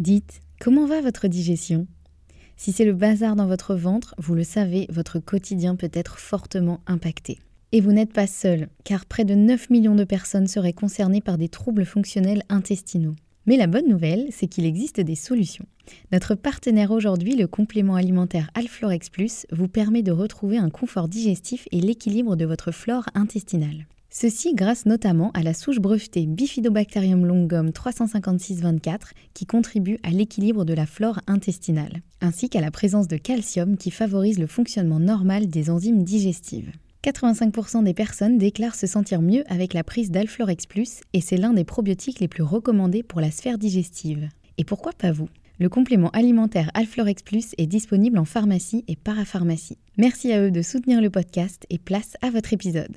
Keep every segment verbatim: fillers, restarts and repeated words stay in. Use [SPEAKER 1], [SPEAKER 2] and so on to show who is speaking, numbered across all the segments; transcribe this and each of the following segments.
[SPEAKER 1] Dites, comment va votre digestion ? Si c'est le bazar dans votre ventre, vous le savez, votre quotidien peut être fortement impacté. Et vous n'êtes pas seul, car près de neuf millions de personnes seraient concernées par des troubles fonctionnels intestinaux. Mais la bonne nouvelle, c'est qu'il existe des solutions. Notre partenaire aujourd'hui, le complément alimentaire Alflorex Plus, vous permet de retrouver un confort digestif et l'équilibre de votre flore intestinale. Ceci grâce notamment à la souche brevetée Bifidobacterium longum trois cent cinquante-six vingt-quatre qui contribue à l'équilibre de la flore intestinale, ainsi qu'à la présence de calcium qui favorise le fonctionnement normal des enzymes digestives. quatre-vingt-cinq pour cent des personnes déclarent se sentir mieux avec la prise d'Alflorex Plus et c'est l'un des probiotiques les plus recommandés pour la sphère digestive. Et pourquoi pas vous ? Le complément alimentaire Alflorex Plus est disponible en pharmacie et parapharmacie. Merci à eux de soutenir le podcast et place à votre épisode.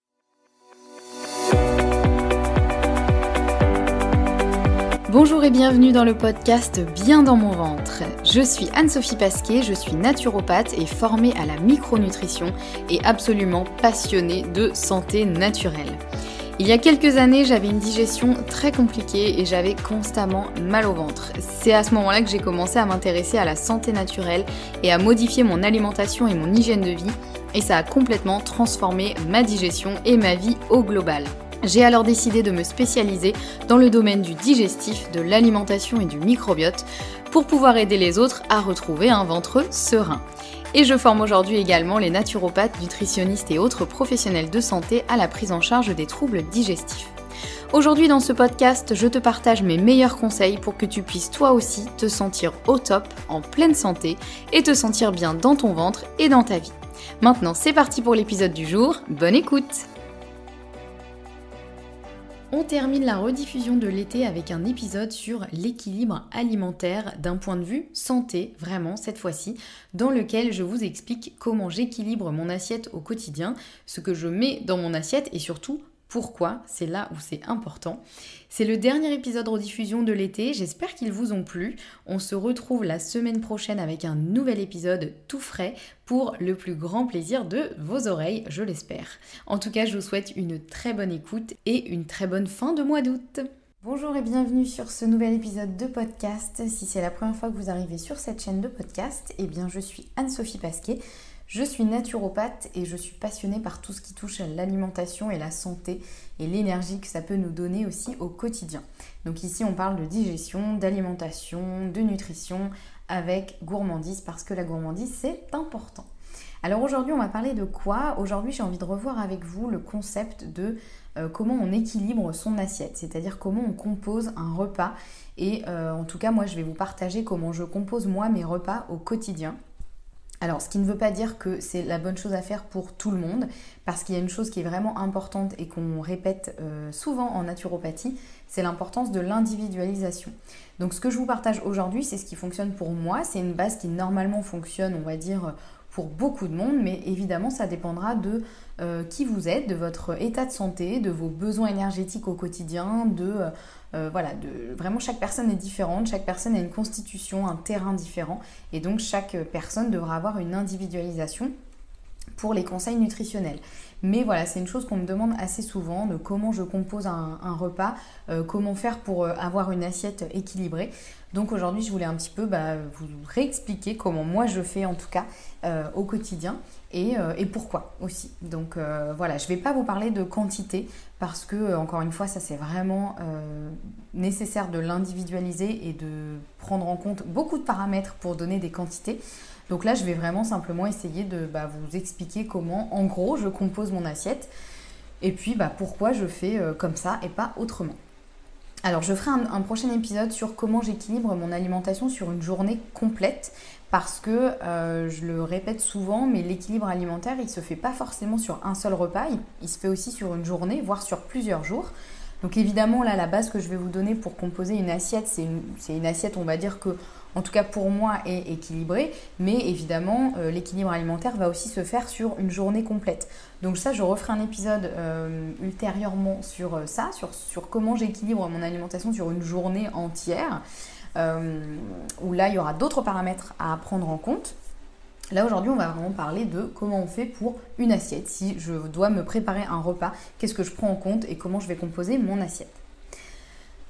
[SPEAKER 1] Bonjour et bienvenue dans le podcast Bien dans mon ventre. Je suis Anne-Sophie Pasquet, je suis naturopathe et formée à la micronutrition et absolument passionnée de santé naturelle. Il y a quelques années, j'avais une digestion très compliquée et j'avais constamment mal au ventre. C'est à ce moment-là que j'ai commencé à m'intéresser à la santé naturelle et à modifier mon alimentation et mon hygiène de vie et ça a complètement transformé ma digestion et ma vie au global. J'ai alors décidé de me spécialiser dans le domaine du digestif, de l'alimentation et du microbiote pour pouvoir aider les autres à retrouver un ventre serein. Et je forme aujourd'hui également les naturopathes, nutritionnistes et autres professionnels de santé à la prise en charge des troubles digestifs. Aujourd'hui dans ce podcast, je te partage mes meilleurs conseils pour que tu puisses toi aussi te sentir au top, en pleine santé et te sentir bien dans ton ventre et dans ta vie. Maintenant c'est parti pour l'épisode du jour, bonne écoute! On termine la rediffusion de l'été avec un épisode sur l'équilibre alimentaire d'un point de vue santé, vraiment cette fois-ci, dans lequel je vous explique comment j'équilibre mon assiette au quotidien, ce que je mets dans mon assiette et surtout pourquoi, c'est là où c'est important. C'est le dernier épisode rediffusion de l'été, j'espère qu'ils vous ont plu. On se retrouve la semaine prochaine avec un nouvel épisode tout frais pour le plus grand plaisir de vos oreilles, je l'espère. En tout cas, je vous souhaite une très bonne écoute et une très bonne fin de mois d'août. Bonjour et bienvenue sur ce nouvel épisode de podcast. Si c'est la première fois que vous arrivez sur cette chaîne de podcast, eh bien je suis Anne-Sophie Pasquet. Je suis naturopathe et je suis passionnée par tout ce qui touche à l'alimentation et la santé et l'énergie que ça peut nous donner aussi au quotidien. Donc ici on parle de digestion, d'alimentation, de nutrition avec gourmandise parce que la gourmandise c'est important. Alors aujourd'hui on va parler de quoi ? Aujourd'hui j'ai envie de revoir avec vous le concept de euh, comment on équilibre son assiette, c'est-à-dire comment on compose un repas et euh, en tout cas moi je vais vous partager comment je compose moi mes repas au quotidien. Alors, ce qui ne veut pas dire que c'est la bonne chose à faire pour tout le monde, parce qu'il y a une chose qui est vraiment importante et qu'on répète euh, souvent en naturopathie, c'est l'importance de l'individualisation. Donc, ce que je vous partage aujourd'hui, c'est ce qui fonctionne pour moi. C'est une base qui normalement fonctionne, on va dire, pour beaucoup de monde, mais évidemment, ça dépendra de euh, qui vous êtes, de votre état de santé, de vos besoins énergétiques au quotidien, de... Euh, Euh, voilà, de, vraiment chaque personne est différente, chaque personne a une constitution, un terrain différent et donc chaque personne devra avoir une individualisation pour les conseils nutritionnels. Mais voilà, c'est une chose qu'on me demande assez souvent de comment je compose un, un repas, euh, comment faire pour euh, avoir une assiette équilibrée. Donc aujourd'hui, je voulais un petit peu bah, vous réexpliquer comment moi je fais en tout cas euh, au quotidien et, euh, et pourquoi aussi. Donc euh, voilà, je ne vais pas vous parler de quantité parce que, euh, encore une fois, ça c'est vraiment euh, nécessaire de l'individualiser et de prendre en compte beaucoup de paramètres pour donner des quantités. Donc là, je vais vraiment simplement essayer de bah, vous expliquer comment, en gros, je compose mon assiette et puis bah, pourquoi je fais euh, comme ça et pas autrement. Alors, je ferai un, un prochain épisode sur comment j'équilibre mon alimentation sur une journée complète parce que, euh, je le répète souvent, mais l'équilibre alimentaire, il ne se fait pas forcément sur un seul repas, il, il se fait aussi sur une journée, voire sur plusieurs jours. Donc évidemment, là, la base que je vais vous donner pour composer une assiette, c'est une, c'est une assiette, on va dire que, en tout cas pour moi, est équilibrée. Mais évidemment, euh, l'équilibre alimentaire va aussi se faire sur une journée complète. Donc ça, je referai un épisode euh, ultérieurement sur euh, ça, sur, sur comment j'équilibre mon alimentation sur une journée entière. Euh, où là, il y aura d'autres paramètres à prendre en compte. Là, aujourd'hui, on va vraiment parler de comment on fait pour une assiette. Si je dois me préparer un repas, qu'est-ce que je prends en compte et comment je vais composer mon assiette.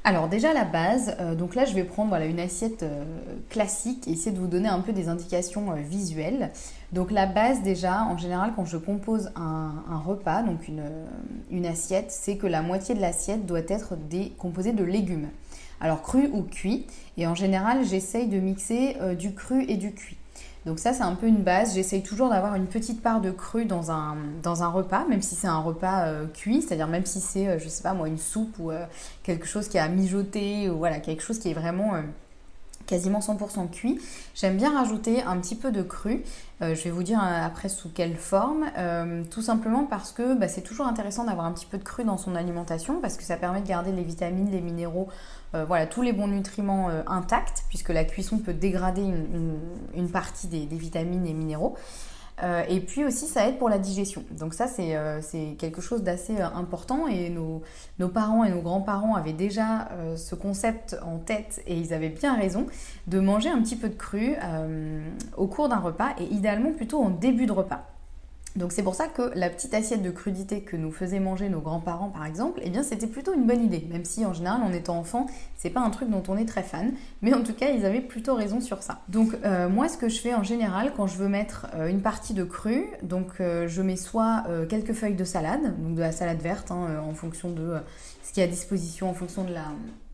[SPEAKER 1] Alors déjà la base, euh, donc là je vais prendre voilà, une assiette euh, classique et essayer de vous donner un peu des indications euh, visuelles. Donc la base déjà, en général quand je compose un, un repas, donc une, une assiette, c'est que la moitié de l'assiette doit être des, composée de légumes. Alors cru ou cuit, et en général j'essaye de mixer euh, du cru et du cuit. Donc ça c'est un peu une base, j'essaye toujours d'avoir une petite part de cru dans un, dans un repas, même si c'est un repas euh, cuit, c'est-à-dire même si c'est, euh, je sais pas moi, une soupe ou euh, quelque chose qui a mijoté, ou voilà, quelque chose qui est vraiment euh, quasiment cent pour cent cuit. J'aime bien rajouter un petit peu de cru, euh, je vais vous dire euh, après sous quelle forme, euh, tout simplement parce que bah, c'est toujours intéressant d'avoir un petit peu de cru dans son alimentation, parce que ça permet de garder les vitamines, les minéraux, Euh, voilà, tous les bons nutriments euh, intacts, puisque la cuisson peut dégrader une, une, une partie des, des vitamines et minéraux. Euh, et puis aussi, ça aide pour la digestion. Donc ça, c'est euh, c'est quelque chose d'assez euh, important. Et nos, nos parents et nos grands-parents avaient déjà euh, ce concept en tête, et ils avaient bien raison, de manger un petit peu de cru euh, au cours d'un repas, et idéalement plutôt en début de repas. Donc c'est pour ça que la petite assiette de crudité que nous faisaient manger nos grands-parents par exemple, eh bien c'était plutôt une bonne idée, même si en général en étant enfant, c'est pas un truc dont on est très fan, mais en tout cas ils avaient plutôt raison sur ça. Donc euh, moi ce que je fais en général quand je veux mettre euh, une partie de cru, donc euh, je mets soit euh, quelques feuilles de salade, donc de la salade verte hein, euh, en fonction de euh, ce qui est à disposition, en fonction de la...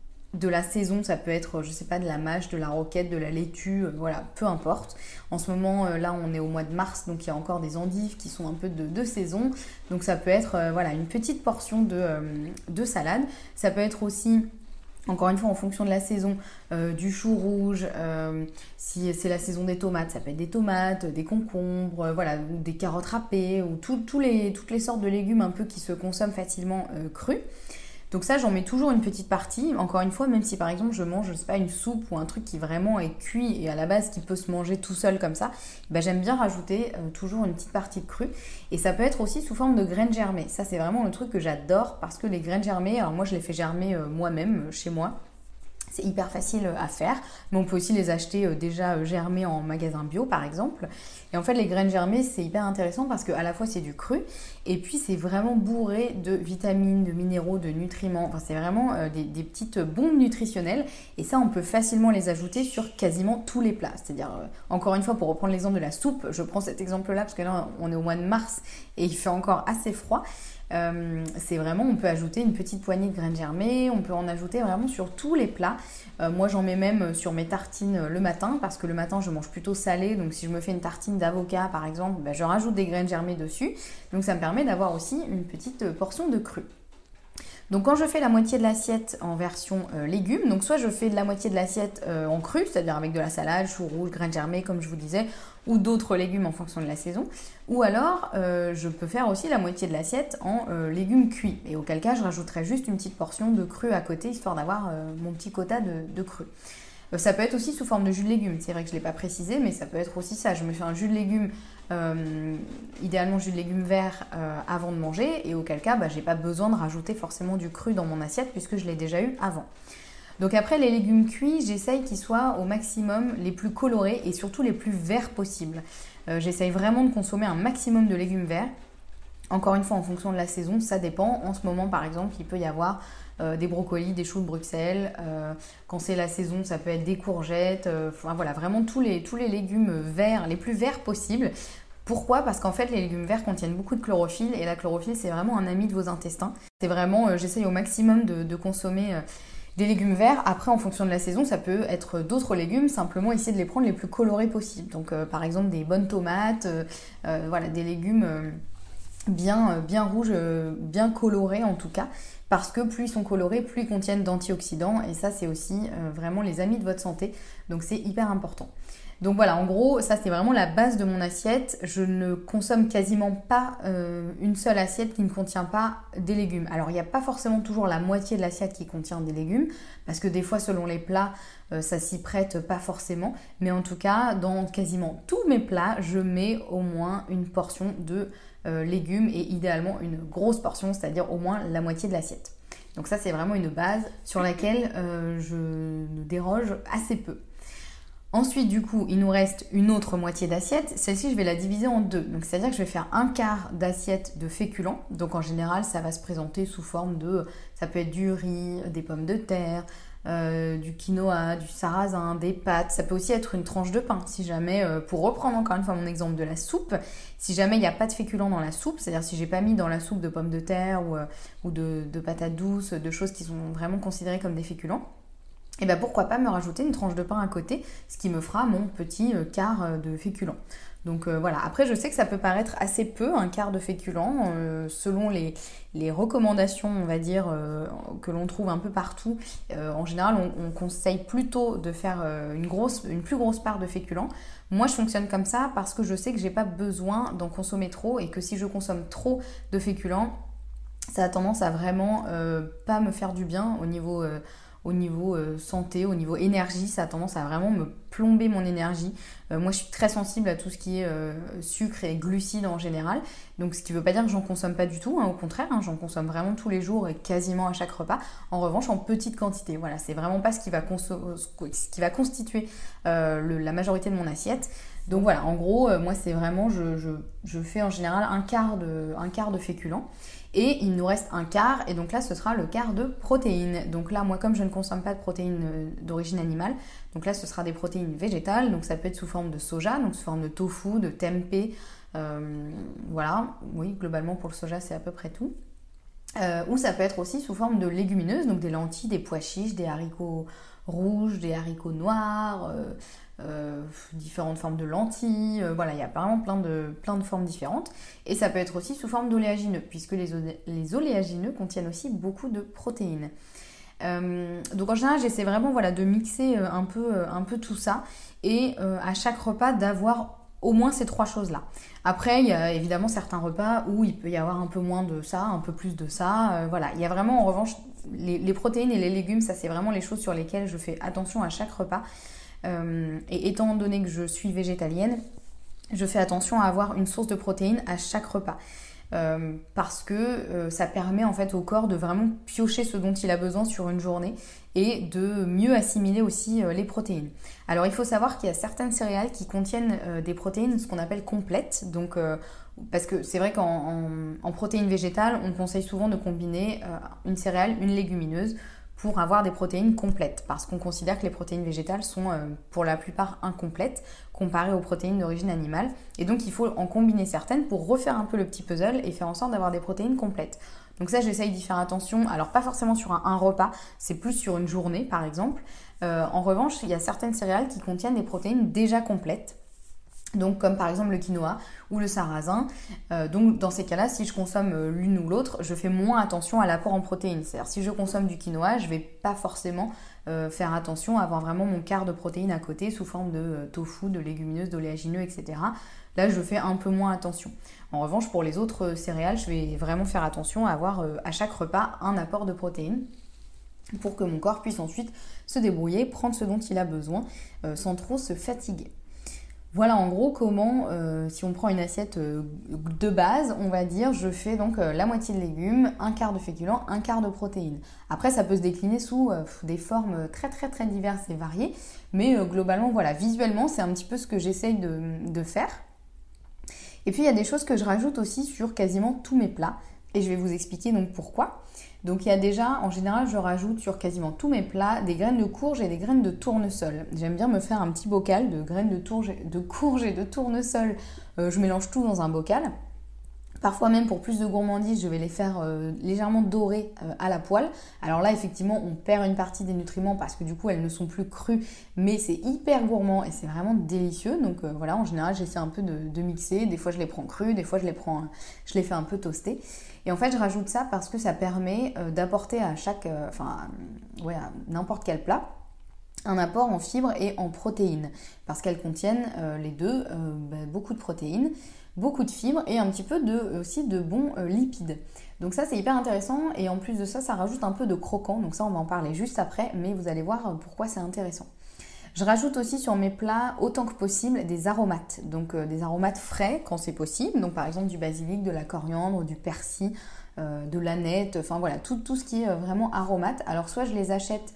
[SPEAKER 1] de la saison, ça peut être, je sais pas, de la mâche, de la roquette, de la laitue, euh, voilà, peu importe. En ce moment, euh, là, on est au mois de mars, donc il y a encore des endives qui sont un peu de, de saison. Donc ça peut être, euh, voilà, une petite portion de, euh, de salade. Ça peut être aussi, encore une fois, en fonction de la saison, euh, du chou rouge. Euh, si c'est la saison des tomates, ça peut être des tomates, des concombres, euh, voilà, des carottes râpées, ou tout, tout les, toutes les sortes de légumes un peu qui se consomment facilement euh, crus. Donc ça, j'en mets toujours une petite partie. Encore une fois, même si par exemple je mange, je sais pas, une soupe ou un truc qui vraiment est cuit et à la base qui peut se manger tout seul comme ça, ben, j'aime bien rajouter euh, toujours une petite partie de cru. Et ça peut être aussi sous forme de graines germées. Ça, c'est vraiment le truc que j'adore parce que les graines germées, alors moi je les fais germer euh, moi-même, euh, chez moi. C'est hyper facile à faire, mais on peut aussi les acheter déjà germés en magasin bio par exemple. Et en fait les graines germées c'est hyper intéressant parce qu'à la fois c'est du cru et puis c'est vraiment bourré de vitamines, de minéraux, de nutriments. Enfin c'est vraiment euh, des, des petites bombes nutritionnelles et ça on peut facilement les ajouter sur quasiment tous les plats. C'est-à-dire euh, encore une fois pour reprendre l'exemple de la soupe, je prends cet exemple là parce que là on est au mois de mars et il fait encore assez froid. Euh, c'est vraiment, on peut ajouter une petite poignée de graines germées, on peut en ajouter vraiment sur tous les plats. Euh, moi j'en mets même sur mes tartines le matin parce que le matin je mange plutôt salé, donc si je me fais une tartine d'avocat par exemple, bah, je rajoute des graines germées dessus, donc ça me permet d'avoir aussi une petite portion de cru. Donc quand je fais la moitié de l'assiette en version euh, légumes, donc soit je fais de la moitié de l'assiette euh, en cru, c'est-à-dire avec de la salade, chou rouge, graines germées comme je vous disais, ou d'autres légumes en fonction de la saison, ou alors euh, je peux faire aussi la moitié de l'assiette en euh, légumes cuits, et auquel cas je rajouterai juste une petite portion de cru à côté, histoire d'avoir euh, mon petit quota de, de cru. Ça peut être aussi sous forme de jus de légumes, c'est vrai que je ne l'ai pas précisé, mais ça peut être aussi ça. Je me fais un jus de légumes, euh, idéalement jus de légumes verts euh, avant de manger, et auquel cas, bah, je n'ai pas besoin de rajouter forcément du cru dans mon assiette puisque je l'ai déjà eu avant. Donc après, les légumes cuits, j'essaye qu'ils soient au maximum les plus colorés et surtout les plus verts possibles. Euh, j'essaye vraiment de consommer un maximum de légumes verts. Encore une fois, en fonction de la saison, ça dépend. En ce moment, par exemple, il peut y avoir euh, des brocolis, des choux de Bruxelles. Euh, quand c'est la saison, ça peut être des courgettes. Euh, enfin, voilà, vraiment tous les, tous les légumes verts, les plus verts possibles. Pourquoi ? Parce qu'en fait, les légumes verts contiennent beaucoup de chlorophylle. Et la chlorophylle, c'est vraiment un ami de vos intestins. C'est vraiment, euh, j'essaye au maximum de, de consommer... Euh, des légumes verts. Après, en fonction de la saison, ça peut être d'autres légumes, simplement essayer de les prendre les plus colorés possibles. Donc, euh, par exemple, des bonnes tomates, euh, euh, voilà, des légumes euh, bien, euh, bien rouges, euh, bien colorés en tout cas, parce que plus ils sont colorés, plus ils contiennent d'antioxydants, et ça, c'est aussi euh, vraiment les amis de votre santé, donc c'est hyper important. Donc voilà, en gros, ça c'est vraiment la base de mon assiette. Je ne consomme quasiment pas euh, une seule assiette qui ne contient pas des légumes. Alors il n'y a pas forcément toujours la moitié de l'assiette qui contient des légumes, parce que des fois selon les plats, euh, ça s'y prête pas forcément. Mais en tout cas, dans quasiment tous mes plats, je mets au moins une portion de euh, légumes et idéalement une grosse portion, c'est-à-dire au moins la moitié de l'assiette. Donc ça c'est vraiment une base sur laquelle euh, je ne déroge assez peu. Ensuite, du coup, il nous reste une autre moitié d'assiette. Celle-ci, je vais la diviser en deux. Donc, c'est-à-dire que je vais faire un quart d'assiette de féculents. Donc, en général, ça va se présenter sous forme de... Ça peut être du riz, des pommes de terre, euh, du quinoa, du sarrasin, des pâtes. Ça peut aussi être une tranche de pain. Si jamais, euh, pour reprendre encore une fois mon exemple de la soupe, si jamais il n'y a pas de féculents dans la soupe, c'est-à-dire si j'ai pas mis dans la soupe de pommes de terre ou, euh, ou de, de patates douces, de choses qui sont vraiment considérées comme des féculents, et bien pourquoi pas me rajouter une tranche de pain à côté, ce qui me fera mon petit quart de féculent. Donc euh, voilà, après je sais que ça peut paraître assez peu, un quart de féculent, euh, selon les, les recommandations, on va dire, euh, que l'on trouve un peu partout. Euh, en général, on, on conseille plutôt de faire euh, une, grosse, une plus grosse part de féculents. Moi, je fonctionne comme ça parce que je sais que j'ai pas besoin d'en consommer trop et que si je consomme trop de féculents, ça a tendance à vraiment euh, pas me faire du bien au niveau... Euh, au niveau euh, santé, au niveau énergie, ça a tendance à vraiment me plomber mon énergie. Euh, moi, je suis très sensible à tout ce qui est euh, sucre et glucides en général. Donc, ce qui ne veut pas dire que j'en consomme pas du tout. Hein, au contraire, hein, j'en consomme vraiment tous les jours et quasiment à chaque repas. En revanche, en petite quantité. Voilà, c'est vraiment pas ce qui va, conso- ce qui va constituer euh, le, la majorité de mon assiette. Donc voilà, en gros, euh, moi, c'est vraiment, je, je, je fais en général un quart de, un quart de féculents. Et il nous reste un quart, et donc là ce sera le quart de protéines. Donc là, moi comme je ne consomme pas de protéines d'origine animale, donc là ce sera des protéines végétales, donc ça peut être sous forme de soja, donc sous forme de tofu, de tempeh, euh, voilà, oui globalement pour le soja c'est à peu près tout. Euh, ou ça peut être aussi sous forme de légumineuses, donc des lentilles, des pois chiches, des haricots rouges, des haricots noirs, euh, euh, différentes formes de lentilles, euh, voilà, il y a vraiment plein de, plein de formes différentes. Et ça peut être aussi sous forme d'oléagineux, puisque les, les oléagineux contiennent aussi beaucoup de protéines. Euh, donc en général, j'essaie vraiment voilà, de mixer un peu, un peu tout ça, et euh, à chaque repas d'avoir au moins ces trois choses-là. Après, il y a évidemment certains repas où il peut y avoir un peu moins de ça, un peu plus de ça. Euh, voilà, il y a vraiment en revanche les, les protéines et les légumes, ça c'est vraiment les choses sur lesquelles je fais attention à chaque repas. Euh, et étant donné que je suis végétalienne, je fais attention à avoir une source de protéines à chaque repas. Euh, parce que euh, ça permet en fait au corps de vraiment piocher ce dont il a besoin sur une journée et de mieux assimiler aussi euh, les protéines. Alors il faut savoir qu'il y a certaines céréales qui contiennent euh, des protéines, ce qu'on appelle complètes, donc euh, parce que c'est vrai qu'en en, en protéines végétales, on conseille souvent de combiner euh, une céréale, une légumineuse pour avoir des protéines complètes, parce qu'on considère que les protéines végétales sont euh, pour la plupart incomplètes comparées aux protéines d'origine animale, et donc il faut en combiner certaines pour refaire un peu le petit puzzle et faire en sorte d'avoir des protéines complètes. Donc ça, j'essaye d'y faire attention, alors pas forcément sur un, un repas, c'est plus sur une journée par exemple. Euh, en revanche, il y a certaines céréales qui contiennent des protéines déjà complètes, donc comme par exemple le quinoa ou le sarrasin. Euh, donc dans ces cas-là, si je consomme euh, l'une ou l'autre, je fais moins attention à l'apport en protéines. C'est-à-dire si je consomme du quinoa, je ne vais pas forcément euh, faire attention à avoir vraiment mon quart de protéines à côté sous forme de euh, tofu, de légumineuses, d'oléagineux, et cetera. Là, je fais un peu moins attention. En revanche, pour les autres céréales, je vais vraiment faire attention à avoir euh, à chaque repas un apport de protéines pour que mon corps puisse ensuite se débrouiller, prendre ce dont il a besoin euh, sans trop se fatiguer. Voilà en gros comment, euh, si on prend une assiette euh, de base, on va dire, je fais donc euh, la moitié de légumes, un quart de féculents, un quart de protéines. Après, ça peut se décliner sous euh, des formes très très très diverses et variées, mais euh, globalement, voilà, visuellement, c'est un petit peu ce que j'essaye de, de faire. Et puis, il y a des choses que je rajoute aussi sur quasiment tous mes plats, et je vais vous expliquer donc pourquoi. Donc il y a déjà, en général, je rajoute sur quasiment tous mes plats des graines de courge et des graines de tournesol. J'aime bien me faire un petit bocal de graines de, tourge, de courge et de tournesol. Euh, je mélange tout dans un bocal. Parfois même pour plus de gourmandise, je vais les faire euh, légèrement dorées euh, à la poêle. Alors là, effectivement, on perd une partie des nutriments parce que du coup, elles ne sont plus crues, mais c'est hyper gourmand et c'est vraiment délicieux. Donc euh, voilà, en général, j'essaie un peu de, de mixer. Des fois, je les prends crues, des fois, je les prends, je les fais un peu toaster. Et en fait, je rajoute ça parce que ça permet euh, d'apporter à chaque, euh, enfin, ouais, à n'importe quel plat, un apport en fibres et en protéines, parce qu'elles contiennent euh, les deux euh, bah, beaucoup de protéines, beaucoup de fibres et un petit peu de, aussi de bons euh, lipides. Donc ça, c'est hyper intéressant et en plus de ça, ça rajoute un peu de croquant. Donc ça, on va en parler juste après, mais vous allez voir pourquoi c'est intéressant. Je rajoute aussi sur mes plats autant que possible des aromates, donc euh, des aromates frais quand c'est possible, donc par exemple du basilic, de la coriandre, du persil, euh, de l'aneth, enfin voilà, tout, tout ce qui est vraiment aromate. Alors soit je les achète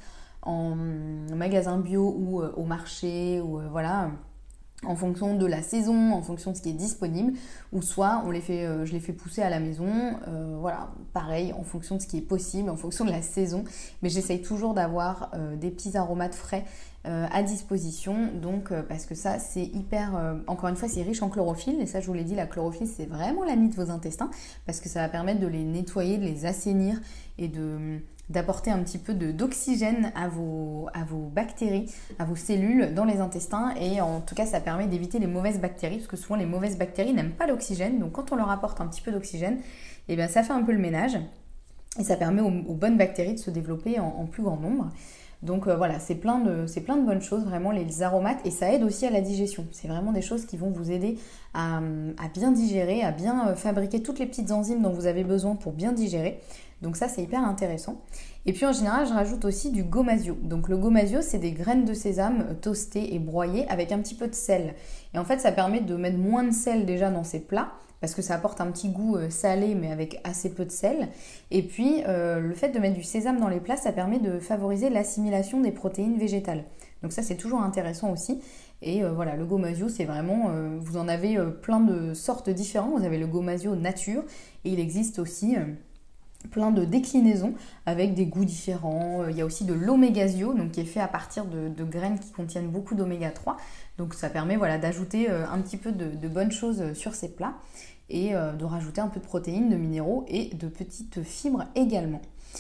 [SPEAKER 1] en magasin bio ou euh, au marché, ou euh, voilà, en fonction de la saison, en fonction de ce qui est disponible, ou soit on les fait, euh, je les fais pousser à la maison, euh, voilà, pareil, en fonction de ce qui est possible, en fonction de la saison, mais j'essaye toujours d'avoir euh, des petits aromates frais euh, à disposition, donc euh, parce que ça c'est hyper, euh, encore une fois c'est riche en chlorophylle, et ça je vous l'ai dit, la chlorophylle c'est vraiment l'ami de vos intestins, parce que ça va permettre de les nettoyer, de les assainir, et de... d'apporter un petit peu de, d'oxygène à vos, à vos bactéries, à vos cellules dans les intestins, et en tout cas ça permet d'éviter les mauvaises bactéries, parce que souvent les mauvaises bactéries n'aiment pas l'oxygène, donc quand on leur apporte un petit peu d'oxygène, et bien ça fait un peu le ménage, et ça permet aux, aux bonnes bactéries de se développer en, en plus grand nombre. Donc euh, voilà, c'est plein, de, c'est plein de bonnes choses, vraiment les aromates, et ça aide aussi à la digestion. C'est vraiment des choses qui vont vous aider à, à bien digérer, à bien fabriquer toutes les petites enzymes dont vous avez besoin pour bien digérer. Donc ça c'est hyper intéressant. Et puis en général je rajoute aussi du gomasio. Donc le gomasio c'est des graines de sésame toastées et broyées avec un petit peu de sel. Et en fait ça permet de mettre moins de sel déjà dans ces plats, parce que ça apporte un petit goût salé mais avec assez peu de sel. Et puis euh, le fait de mettre du sésame dans les plats, ça permet de favoriser l'assimilation des protéines végétales. Donc ça c'est toujours intéressant aussi. Et euh, voilà, le gomasio c'est vraiment, euh, vous en avez euh, plein de sortes différentes. Vous avez le gomasio nature, et il existe aussi... Euh, plein de déclinaisons avec des goûts différents. Il y a aussi de l'omégasio, donc qui est fait à partir de, de graines qui contiennent beaucoup d'oméga trois. Donc ça permet voilà, d'ajouter un petit peu de, de bonnes choses sur ces plats et de rajouter un peu de protéines, de minéraux et de petites fibres également.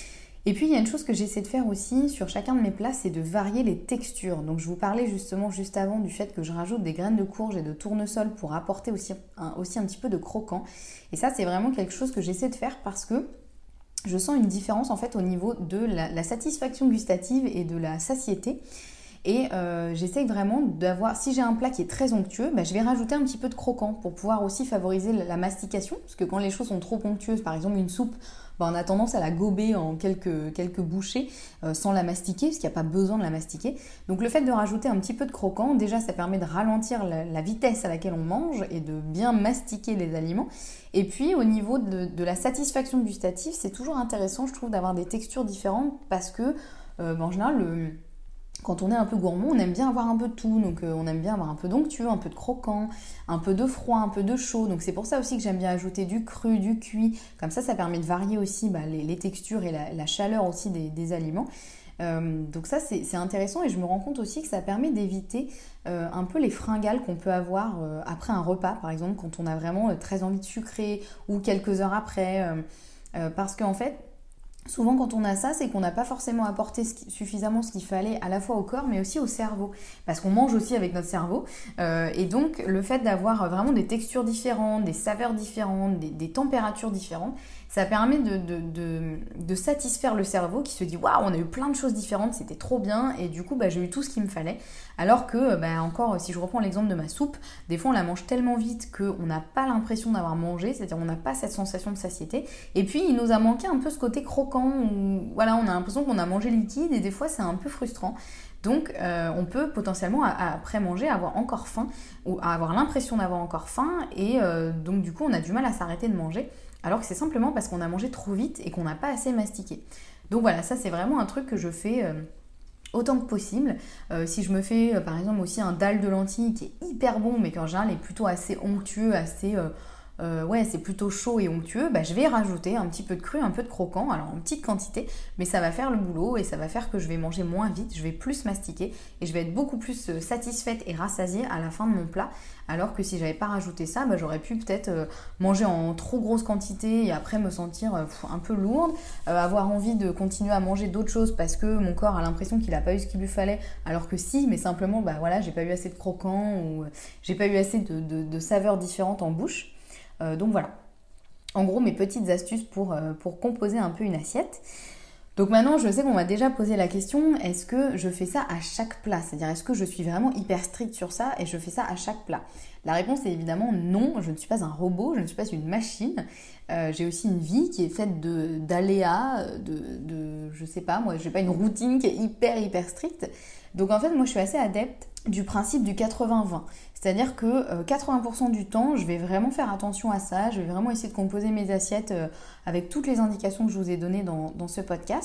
[SPEAKER 1] Et puis il y a une chose que j'essaie de faire aussi sur chacun de mes plats, c'est de varier les textures. Donc je vous parlais justement juste avant du fait que je rajoute des graines de courge et de tournesol pour apporter aussi un, aussi un petit peu de croquant. Et ça c'est vraiment quelque chose que j'essaie de faire parce que je sens une différence en fait au niveau de la, la satisfaction gustative et de la satiété. Et euh, j'essaye vraiment d'avoir, si j'ai un plat qui est très onctueux, bah, je vais rajouter un petit peu de croquant pour pouvoir aussi favoriser la, la mastication. Parce que quand les choses sont trop onctueuses, par exemple une soupe, bah, on a tendance à la gober en quelques, quelques bouchées euh, sans la mastiquer, parce qu'il n'y a pas besoin de la mastiquer. Donc le fait de rajouter un petit peu de croquant, déjà ça permet de ralentir la, la vitesse à laquelle on mange et de bien mastiquer les aliments. Et puis au niveau de, de la satisfaction gustative, c'est toujours intéressant je trouve d'avoir des textures différentes parce que euh, bah, en général le... quand on est un peu gourmand, on aime bien avoir un peu de tout. Donc euh, on aime bien avoir un peu d'onctueux, un peu de croquant, un peu de froid, un peu de chaud. Donc c'est pour ça aussi que j'aime bien ajouter du cru, du cuit. Comme ça, ça permet de varier aussi bah, les, les textures et la, la chaleur aussi des, des aliments. Euh, donc ça c'est, c'est intéressant et je me rends compte aussi que ça permet d'éviter euh, un peu les fringales qu'on peut avoir euh, après un repas, par exemple quand on a vraiment euh, très envie de sucrer ou quelques heures après. Euh, euh, parce qu'en fait, souvent quand on a ça, c'est qu'on n'a pas forcément apporté ce qui, suffisamment ce qu'il fallait à la fois au corps mais aussi au cerveau. Parce qu'on mange aussi avec notre cerveau. Euh, et donc le fait d'avoir vraiment des textures différentes, des saveurs différentes, des, des températures différentes, ça permet de, de, de, de satisfaire le cerveau qui se dit « Waouh, on a eu plein de choses différentes, c'était trop bien et du coup bah, j'ai eu tout ce qu'il me fallait. » Alors que, bah, encore, si je reprends l'exemple de ma soupe, des fois on la mange tellement vite qu'on n'a pas l'impression d'avoir mangé, c'est-à-dire on n'a pas cette sensation de satiété. Et puis il nous a manqué un peu ce côté croquant où voilà, on a l'impression qu'on a mangé liquide et des fois c'est un peu frustrant. Donc euh, on peut potentiellement après manger avoir encore faim ou avoir l'impression d'avoir encore faim et euh, donc du coup on a du mal à s'arrêter de manger alors que c'est simplement parce qu'on a mangé trop vite et qu'on n'a pas assez mastiqué. Donc voilà, ça c'est vraiment un truc que je fais euh, autant que possible. Euh, si je me fais euh, par exemple aussi un dalle de lentilles qui est hyper bon mais qu'en général est plutôt assez onctueux, assez... Euh, Euh, ouais, c'est plutôt chaud et onctueux, bah, je vais rajouter un petit peu de cru, un peu de croquant, alors en petite quantité, mais ça va faire le boulot et ça va faire que je vais manger moins vite, je vais plus mastiquer et je vais être beaucoup plus satisfaite et rassasiée à la fin de mon plat, alors que si j'avais pas rajouté ça, bah, j'aurais pu peut-être euh, manger en trop grosse quantité et après me sentir euh, un peu lourde, euh, avoir envie de continuer à manger d'autres choses parce que mon corps a l'impression qu'il a pas eu ce qu'il lui fallait, alors que si, mais simplement, bah voilà, j'ai pas eu assez de croquant ou euh, j'ai pas eu assez de, de, de saveurs différentes en bouche. Euh, donc voilà, en gros mes petites astuces pour, euh, pour composer un peu une assiette. Donc maintenant je sais qu'on m'a déjà posé la question, est-ce que je fais ça à chaque plat? C'est-à-dire est-ce que je suis vraiment hyper stricte sur ça et je fais ça à chaque plat? La réponse est évidemment non, je ne suis pas un robot, je ne suis pas une machine. Euh, j'ai aussi une vie qui est faite de, d'aléas, de, de, je sais pas, moi j'ai pas une routine qui est hyper hyper stricte. Donc en fait moi je suis assez adepte du principe du quatre-vingts vingt. C'est-à-dire que euh, quatre-vingts pour cent du temps, je vais vraiment faire attention à ça, je vais vraiment essayer de composer mes assiettes euh, avec toutes les indications que je vous ai données dans, dans ce podcast.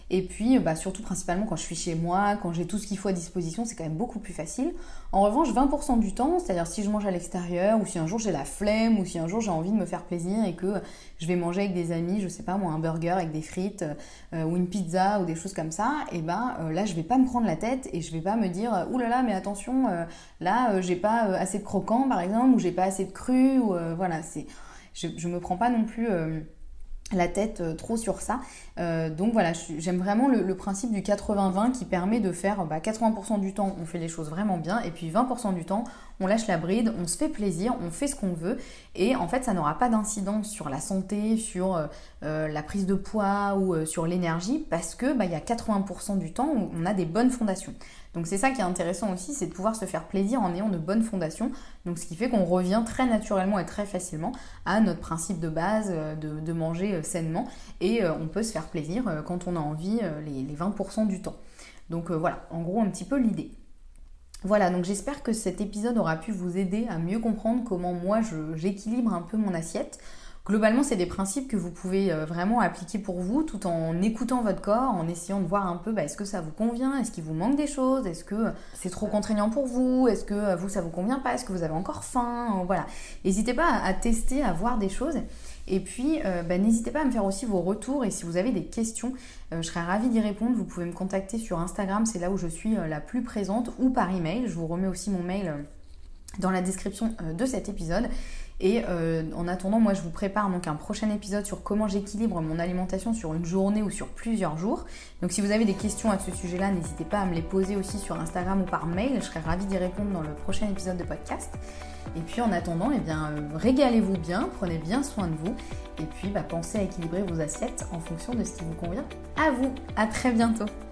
[SPEAKER 1] Et puis bah, surtout principalement quand je suis chez moi, quand j'ai tout ce qu'il faut à disposition, c'est quand même beaucoup plus facile. En revanche, vingt pour cent du temps, c'est-à-dire si je mange à l'extérieur, ou si un jour j'ai la flemme, ou si un jour j'ai envie de me faire plaisir et que je vais manger avec des amis, je sais pas moi, un burger avec des frites, euh, ou une pizza, ou des choses comme ça, et ben euh, là je vais pas me prendre la tête et je vais pas me dire ouh là là mais attention, euh, là euh, j'ai pas euh, assez de croquant par exemple, ou j'ai pas assez de cru, ou euh, voilà, c'est, je, je me prends pas non plus... Euh, la tête euh, trop sur ça. Euh, donc voilà, je, j'aime vraiment le, le principe du quatre-vingts vingt qui permet de faire bah, quatre-vingts pour cent du temps, on fait les choses vraiment bien, et puis vingt pour cent du temps, on lâche la bride, on se fait plaisir, on fait ce qu'on veut, et en fait, ça n'aura pas d'incidence sur la santé, sur euh, euh, la prise de poids ou euh, sur l'énergie, parce que bah, y a quatre-vingts pour cent du temps où on a des bonnes fondations. Donc c'est ça qui est intéressant aussi, c'est de pouvoir se faire plaisir en ayant de bonnes fondations. Donc ce qui fait qu'on revient très naturellement et très facilement à notre principe de base de, de manger sainement. Et euh, on peut se faire plaisir euh, quand on a envie euh, les, les vingt pour cent du temps. Donc euh, voilà, en gros un petit peu l'idée. Voilà, donc j'espère que cet épisode aura pu vous aider à mieux comprendre comment moi je, j'équilibre un peu mon assiette. Globalement, c'est des principes que vous pouvez vraiment appliquer pour vous tout en écoutant votre corps, en essayant de voir un peu bah, est-ce que ça vous convient, est-ce qu'il vous manque des choses, est-ce que c'est trop contraignant pour vous, est-ce que vous ça vous convient pas, est-ce que vous avez encore faim, voilà. N'hésitez pas à tester, à voir des choses. Et puis, euh, bah, n'hésitez pas à me faire aussi vos retours et si vous avez des questions, euh, je serais ravie d'y répondre. Vous pouvez me contacter sur Instagram, c'est là où je suis euh, la plus présente, ou par email. Je vous remets aussi mon mail euh, dans la description euh, de cet épisode. Et euh, en attendant, moi je vous prépare donc un prochain épisode sur comment j'équilibre mon alimentation sur une journée ou sur plusieurs jours. Donc si vous avez des questions à ce sujet-là, n'hésitez pas à me les poser aussi sur Instagram ou par mail. Je serais ravie d'y répondre dans le prochain épisode de podcast. Et puis en attendant, eh bien, euh, régalez-vous bien, prenez bien soin de vous. Et puis bah, pensez à équilibrer vos assiettes en fonction de ce qui vous convient à vous. À très bientôt.